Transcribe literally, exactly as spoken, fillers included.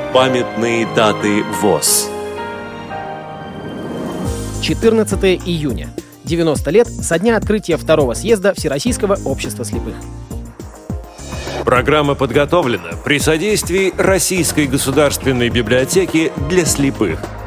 Памятные даты ВОС. четырнадцатое июня. девяносто лет со дня открытия второго съезда Всероссийского общества слепых. Программа подготовлена при содействии Российской государственной библиотеки для слепых.